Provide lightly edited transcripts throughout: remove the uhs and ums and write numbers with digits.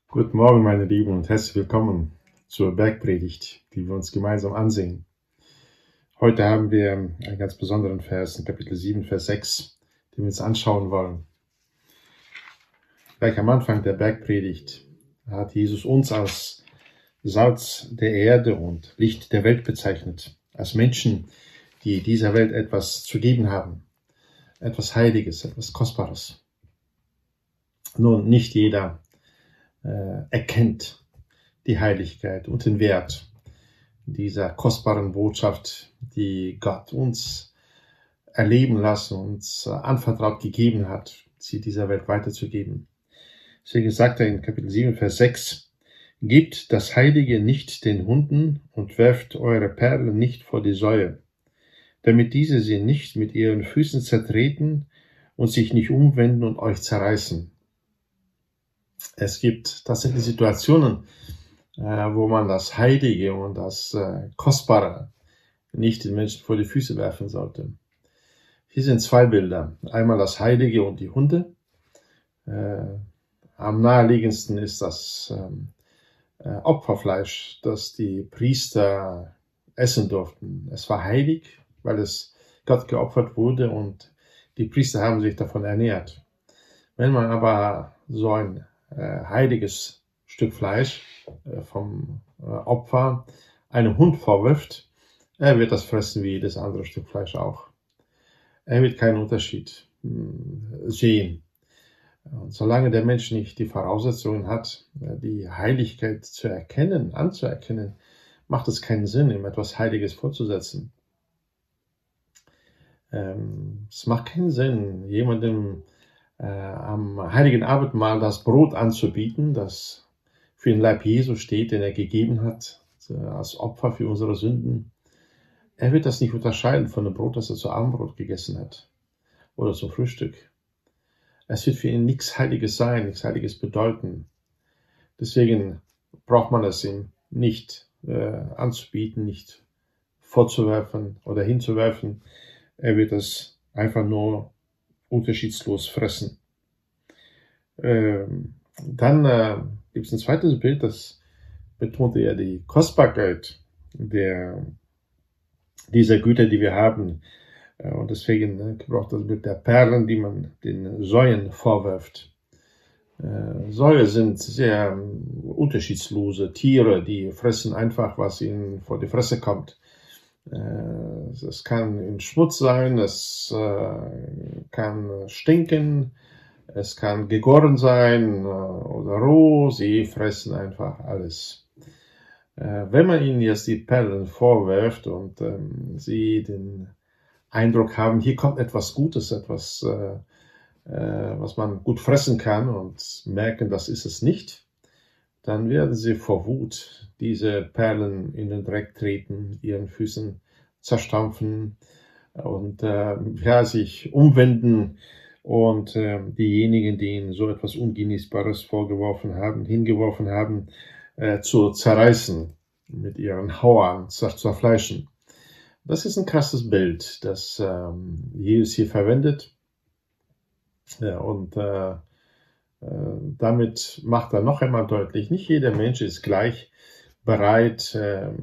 Guten Morgen, meine Lieben, und herzlich willkommen zur Bergpredigt, die wir uns gemeinsam ansehen. Heute haben wir einen ganz besonderen Vers in Kapitel 7, Vers 6, den wir uns anschauen wollen. Gleich am Anfang der Bergpredigt hat Jesus uns als Salz der Erde und Licht der Welt bezeichnet, als Menschen, die dieser Welt etwas zu geben haben, etwas Heiliges, etwas Kostbares. Nun, nicht jeder erkennt die Heiligkeit und den Wert dieser kostbaren Botschaft, die Gott uns erleben lassen, uns anvertraut gegeben hat, sie dieser Welt weiterzugeben. Deswegen sagt er in Kapitel 7, Vers 6, gebt das Heilige nicht den Hunden und werft eure Perlen nicht vor die Säue, damit diese sie nicht mit ihren Füßen zertreten und sich nicht umwenden und euch zerreißen. Es gibt tatsächlich Situationen, wo man das Heilige und das Kostbare nicht den Menschen vor die Füße werfen sollte. Hier sind zwei Bilder. Einmal das Heilige und die Hunde. Am naheliegendsten ist das Opferfleisch, das die Priester essen durften. Es war heilig, weil es Gott geopfert wurde und die Priester haben sich davon ernährt. Wenn man aber so ein heiliges Stück Fleisch vom Opfer einem Hund vorwirft, er wird das fressen wie jedes andere Stück Fleisch auch. Er wird keinen Unterschied sehen. Und solange der Mensch nicht die Voraussetzungen hat, die Heiligkeit zu erkennen, anzuerkennen, macht es keinen Sinn, ihm etwas Heiliges vorzusetzen. Es macht keinen Sinn, jemandem am Heiligen Abendmahl das Brot anzubieten, das für den Leib Jesu steht, den er gegeben hat, als Opfer für unsere Sünden. Er wird das nicht unterscheiden von dem Brot, das er zu Abendbrot gegessen hat oder zum Frühstück. Es wird für ihn nichts Heiliges sein, nichts Heiliges bedeuten. Deswegen braucht man es ihm nicht anzubieten, nicht vorzuwerfen oder hinzuwerfen. Er wird es einfach nur unterschiedslos fressen. Dann gibt es ein zweites Bild, das betonte ja die Kostbarkeit dieser Güter, die wir haben. Und deswegen gebraucht das Bild der Perlen, die man den Säuen vorwirft. Säue sind sehr unterschiedslose Tiere, die fressen einfach, was ihnen vor die Fresse kommt. Es kann in Schmutz sein, es kann stinken, es kann gegoren sein oder roh, sie fressen einfach alles. Wenn man ihnen jetzt die Perlen vorwirft und sie den Eindruck haben, hier kommt etwas Gutes, etwas, was man gut fressen kann und merken, das ist es nicht, dann werden sie vor Wut diese Perlen in den Dreck treten, ihren Füßen zerstampfen und sich umwenden und diejenigen, die ihnen so etwas Ungenießbares hingeworfen haben, zu zerreißen, mit ihren Hauern zerfleischen. Das ist ein krasses Bild, das Jesus hier verwendet. Und damit macht er noch einmal deutlich, nicht jeder Mensch ist gleich bereit,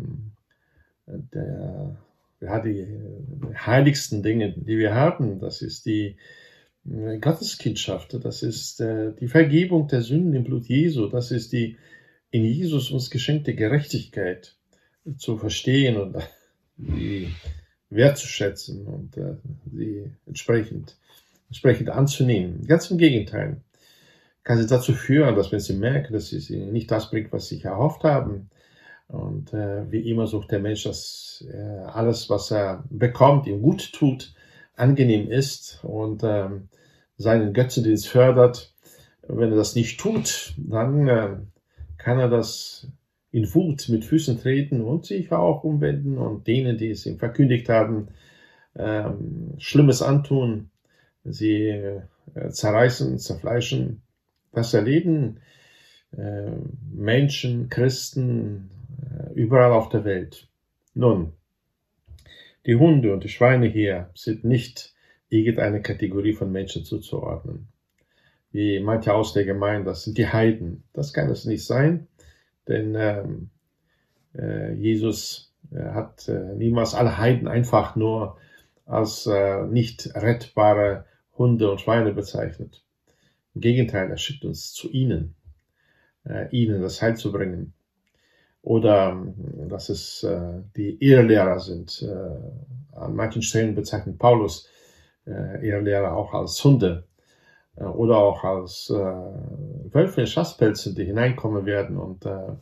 die heiligsten Dinge, die wir haben, das ist die Gotteskindschaft, das ist die Vergebung der Sünden im Blut Jesu, das ist die in Jesus uns geschenkte Gerechtigkeit zu verstehen und sie wertzuschätzen und sie entsprechend anzunehmen. Ganz im Gegenteil. Kann sie dazu führen, dass wenn sie merken, dass sie nicht das bringt, was sie sich erhofft haben, und wie immer sucht der Mensch, dass alles, was er bekommt, ihm gut tut, angenehm ist und seinen Götzendienst fördert. Wenn er das nicht tut, dann kann er das in Wut mit Füßen treten und sich auch umwenden und denen, die es ihm verkündigt haben, Schlimmes antun, sie zerreißen, zerfleischen. Das erleben Menschen, Christen überall auf der Welt. Nun, die Hunde und die Schweine hier sind nicht irgendeine Kategorie von Menschen zuzuordnen. wie manche Ausleger meinen, das sind die Heiden. Das kann es nicht sein, denn Jesus hat niemals alle Heiden einfach nur als nicht rettbare Hunde und Schweine bezeichnet. Im Gegenteil, er schickt uns zu ihnen das Heil zu bringen. Oder dass es die Irrlehrer sind. An manchen Stellen bezeichnet Paulus Irrlehrer auch als Hunde oder auch als Wölfe in Schafspelzen, die hineinkommen werden und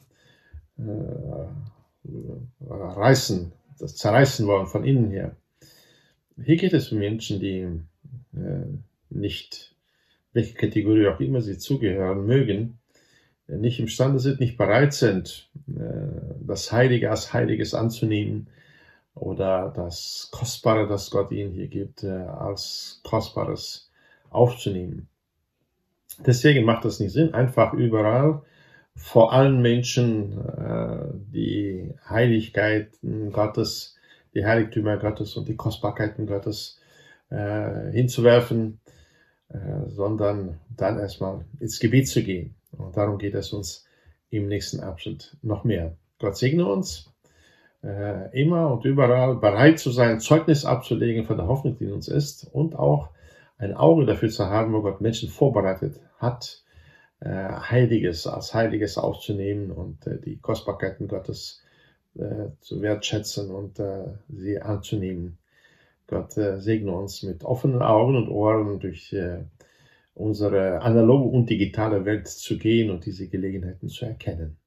zerreißen wollen von innen her. Hier geht es um Menschen, die nicht, welche Kategorie auch immer sie zugehören mögen, nicht imstande sind, nicht bereit sind, das Heilige als Heiliges anzunehmen oder das Kostbare, das Gott ihnen hier gibt, als Kostbares aufzunehmen. Deswegen macht es nicht Sinn, einfach überall vor allen Menschen die Heiligkeiten Gottes, die Heiligtümer Gottes und die Kostbarkeiten Gottes hinzuwerfen, sondern dann erstmal ins Gebet zu gehen. Und darum geht es uns im nächsten Abschnitt noch mehr. Gott segne uns, immer und überall bereit zu sein, Zeugnis abzulegen von der Hoffnung, die in uns ist, und auch ein Auge dafür zu haben, wo Gott Menschen vorbereitet hat, Heiliges als Heiliges aufzunehmen und die Kostbarkeiten Gottes zu wertschätzen und sie anzunehmen. Gott segne uns mit offenen Augen und Ohren durch unsere analoge und digitale Welt zu gehen und diese Gelegenheiten zu erkennen.